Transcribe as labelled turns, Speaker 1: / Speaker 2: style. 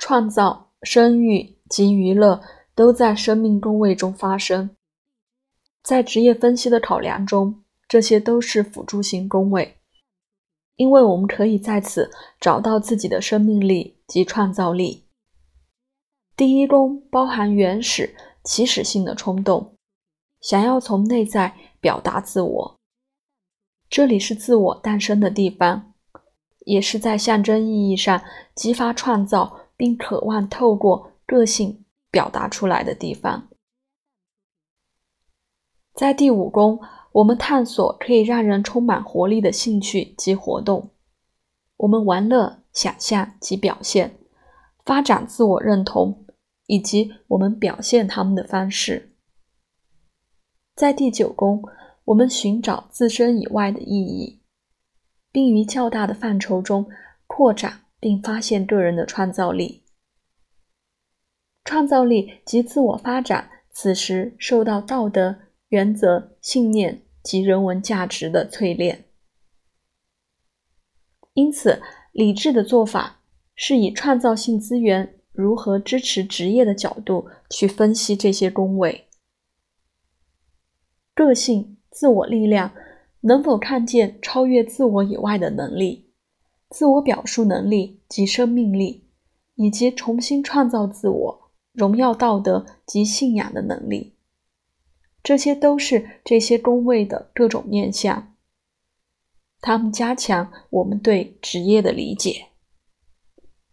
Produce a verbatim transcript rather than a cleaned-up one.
Speaker 1: 创造、生育及娱乐都在生命宫位中发生。在职业分析的考量中，这些都是辅助性宫位，因为我们可以在此找到自己的生命力及创造力。第一宫包含原始、起始性的冲动，想要从内在表达自我，这里是自我诞生的地方，也是在象征意义上激发创造并渴望透过个性表达出来的地方。在第五宫，我们探索可以让人充满活力的兴趣及活动，我们玩乐、想象及表现，发展自我认同，以及我们表现他们的方式。在第九宫，我们寻找自身以外的意义，并于较大的范畴中扩展并发现个人的创造力。创造力及自我发展此时受到道德、原则、信念及人文价值的淬炼。因此，理智的做法是以创造性资源如何支持职业的角度去分析这些宫位。个性、自我力量能否看见超越自我以外的能力，自我表述能力及生命力，以及重新创造自我、荣耀道德及信仰的能力。这些都是这些宫位的各种面向，它们加强我们对职业的理解。